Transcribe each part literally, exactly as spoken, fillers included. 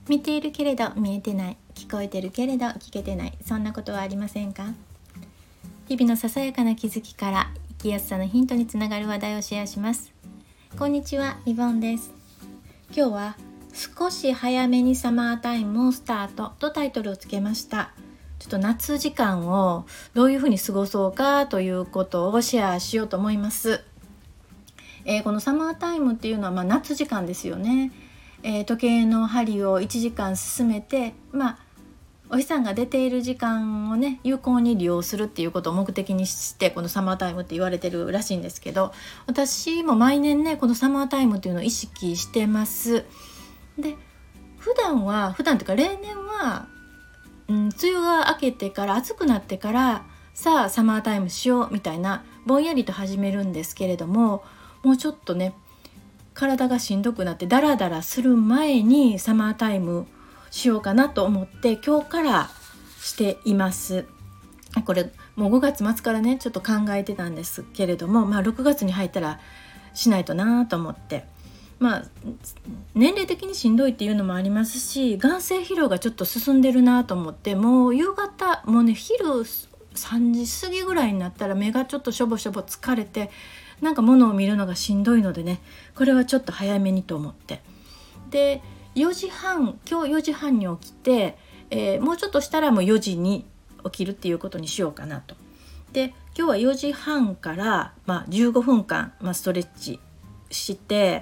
見ているけれど見えてない、聞こえてるけれど聞けてない、そんなことはありませんか？日々のささやかな気づきから生きやすさのヒントにつながる話題をシェアします。こんにちは、リボンです。今日は少し早めにサマータイムをスタートとタイトルをつけました。ちょっと夏時間をどういうふうに過ごそうかということをシェアしようと思います。えー、このサマータイムっていうのは、まあ、夏時間ですよね。えー、時計の針をいちじかん進めて、まあ、お日さんが出ている時間をね有効に利用するっていうことを目的にしてこのサマータイムって言われてるらしいんですけど、私も毎年ねこのサマータイムっていうのを意識してます。で普段は普段というか例年は、うん、梅雨が明けてから暑くなってからさあサマータイムしようみたいなぼんやりと始めるんですけれども、もうちょっとね体がしんどくなってダラダラする前にサマータイムしようかなと思って今日からしています。これもうごがつ末からねちょっと考えてたんですけれども、まあろくがつに入ったらしないとなと思って、まあ年齢的にしんどいっていうのもありますし、眼性疲労がちょっと進んでるなと思って、もう夕方もうね昼さんじ過ぎぐらいになったら目がちょっとしょぼしょぼ疲れて、なんか物を見るのがしんどいのでね、これはちょっと早めにと思って、でよじはん今日よじはんに起きて、えー、もうちょっとしたらもうよじに起きるっていうことにしようかなと。で今日はよじはんから、まあ、じゅうごふんかん、まあ、ストレッチして、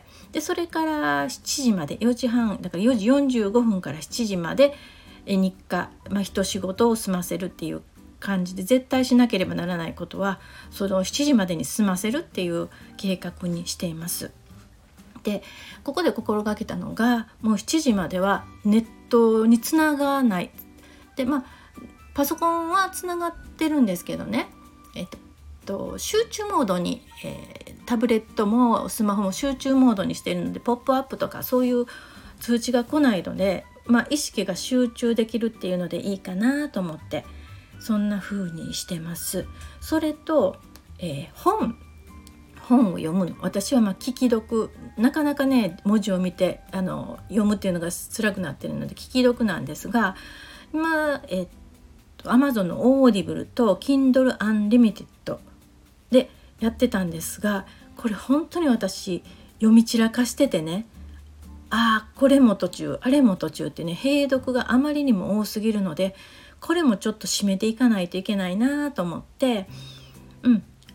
でそれからしちじまでよじはんだからよじよんじゅうごふんからしちじまで日課、まあ、一仕事を済ませるっていう感じで、絶対しなければならないことはそのしちじまでに済ませるっていう計画にしています。でここで心がけたのが、もうしちじまではネットにつながないで、まあパソコンはつながってるんですけどね、えっと集中モードに、えー、タブレットもスマホも集中モードにしているので、ポップアップとかそういう通知が来ないので、まあ、意識が集中できるっていうのでいいかなと思って、そんな風にしてます。それと、えー、本本を読むの、私はまあ聞き読、なかなかね文字を見てあの読むっていうのが辛くなっているので聞き読なんですが、今、えっと、Amazon のオーディブルと Kindle Unlimited でやってたんですが、これ本当に私読み散らかしててね、ああこれも途中あれも途中ってね、併読があまりにも多すぎるので、これもちょっと締めていかないといけないなと思って、うん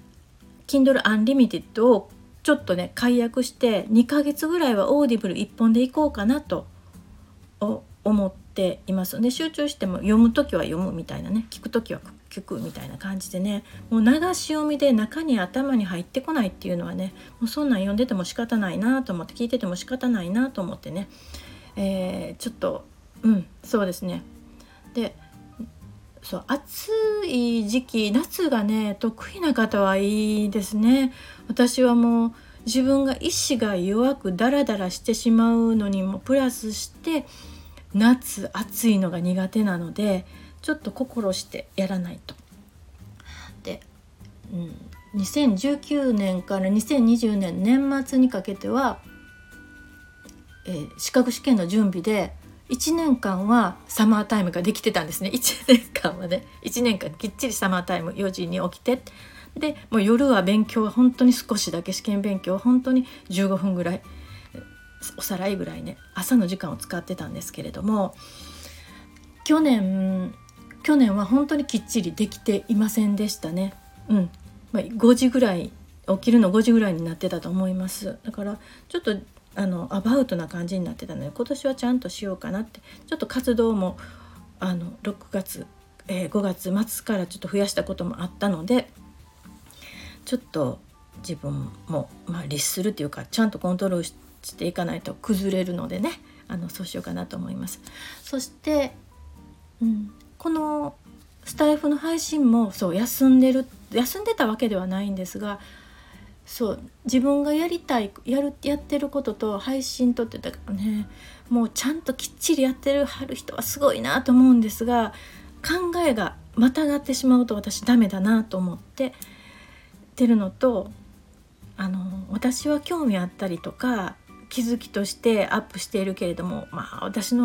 Kindle Unlimited をちょっとね解約してにかげつぐらいはオーディブルいっぽんでいこうかなと思っています。で集中しても読むときは読むみたいなね、聞くときは聞くみたいな感じでね、もう流し読みで中に頭に入ってこないっていうのはね、もうそんなん読んでても仕方ないなと思って、聞いてても仕方ないなと思ってね、えー、ちょっとうんそうですね。でそう暑い時期、夏がね得意な方はいいですね。私はもう自分が意志が弱くダラダラしてしまうのにもプラスして夏暑いのが苦手なので、ちょっと心してやらないと。で、うん、にせんじゅうきゅうねんからにせんにじゅうねん年末にかけては、えー、資格試験の準備でいちねんかんはサマータイムができてたんですね。いちねんかんはねいちねんかんきっちりサマータイムよじに起きて、でもう夜は勉強は本当に少しだけ、試験勉強は本当にじゅうごふんぐらい、おさらいぐらいね朝の時間を使ってたんですけれども、去年去年は本当にきっちりできていませんでしたね。うん、まあ、ごじぐらい起きるのごじぐらいになってたと思います。だからちょっとあのアバウトな感じになってたので、今年はちゃんとしようかなって、ちょっと活動もあのろくがつ、えー、ごがつ末からちょっと増やしたこともあったので、ちょっと自分も、まあ、律するっていうかちゃんとコントロールしていかないと崩れるのでね、あのそうしようかなと思います。そして、うん、このスタイフの配信もそう休んでる休んでたわけではないんですが、そう自分がやりたいやるやってることと配信とってだからね、もうちゃんときっちりやってるはる人はすごいなと思うんですが、考えがまたがってしまうと私ダメだなと思っててるのと、あの私は興味あったりとか気づきとしてアップしているけれども、まあ私の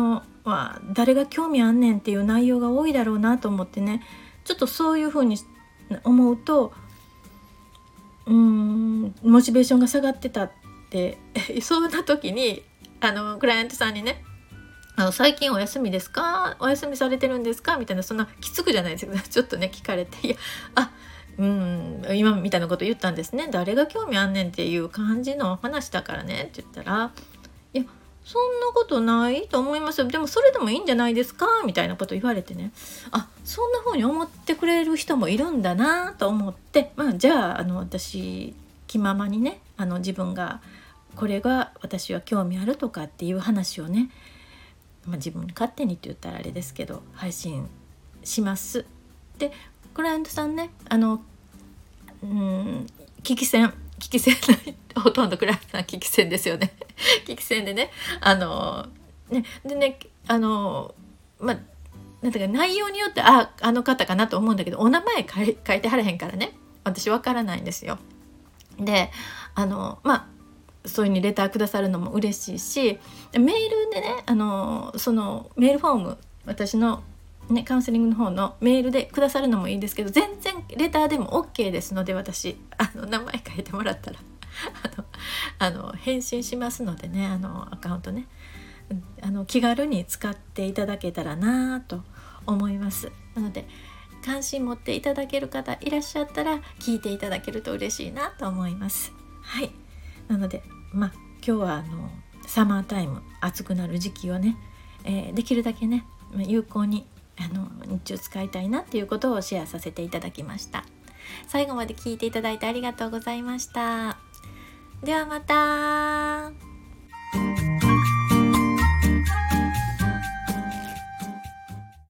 は誰が興味あんねんっていう内容が多いだろうなと思ってね、ちょっとそういうふうに思うとうーんモチベーションが下がってたってそんな時にあのクライアントさんにね、あの最近お休みですか、お休みされてるんですかみたいな、そんなきつくじゃないですけどちょっとね聞かれて、いやあうん今みたいなこと言ったんですね。誰が興味あんねんっていう感じの話だからねって言ったら、いやそんなことないと思いますよ、でもそれでもいいんじゃないですかみたいなこと言われてね、あそんな風に思ってくれる人もいるんだなと思って、まあ、じゃあ、あの私気ままにね、あの自分がこれが私は興味あるとかっていう話をね、まあ、自分勝手にって言ったらあれですけど配信します。でクライアントさんね、あのうん聞き戦聞き戦ほとんどクライアントさん聞き戦ですよね聞き戦でね、あのねでねあのまあなんていうか内容によってああの方かなと思うんだけど、お名前書い、書いてはらへんからね私わからないんですよ。であのまあそういう風にレターくださるのも嬉しいし、メールでねあのそのメールフォーム私のね、カウンセリングの方のメールでくださるのもいいですけど、全然レターでも OK ですので、私あの名前書いてもらったらあのあの返信しますのでね、あのアカウントね、あの気軽に使っていただけたらなと思います。なので関心持っていただける方いらっしゃったら聞いていただけると嬉しいなと思います。はい、なのでまあ今日はあのサマータイム暑くなる時期をね、えー、できるだけね有効にあの日中使いたいなっていうことをシェアさせていただきました。最後まで聞いていただいてありがとうございました。ではまた。